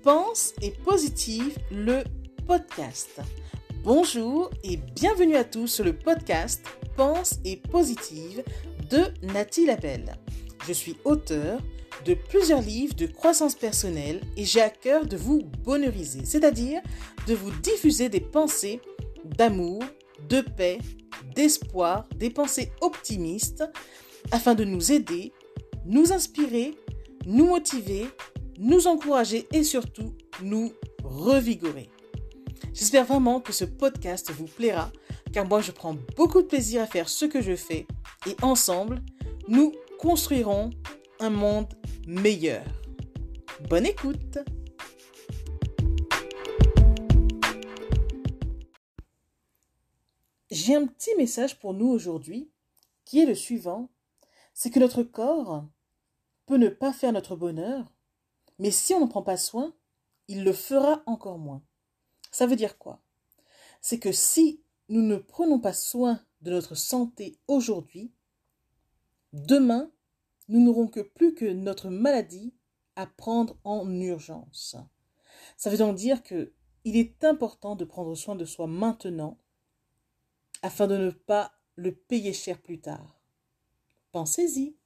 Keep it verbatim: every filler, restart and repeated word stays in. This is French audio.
Pense et Positive, le podcast. Bonjour et bienvenue à tous sur le podcast Pense et Positive de Nathalie Labelle. Je suis auteure de plusieurs livres de croissance personnelle et j'ai à cœur de vous bonheuriser, c'est-à-dire de vous diffuser des pensées d'amour, de paix, d'espoir, des pensées optimistes afin de nous aider, nous inspirer, nous motiver, nous encourager et surtout nous revigorer. J'espère vraiment que ce podcast vous plaira car moi je prends beaucoup de plaisir à faire ce que je fais et ensemble nous construirons un monde meilleur. Bonne écoute! J'ai un petit message pour nous aujourd'hui qui est le suivant. C'est que notre corps peut ne pas faire notre bonheur, mais si on n'en prend pas soin, il le fera encore moins. Ça veut dire quoi? C'est que si nous ne prenons pas soin de notre santé aujourd'hui, demain, nous n'aurons que plus que notre maladie à prendre en urgence. Ça veut donc dire que il est important de prendre soin de soi maintenant afin de ne pas le payer cher plus tard. Pensez-y.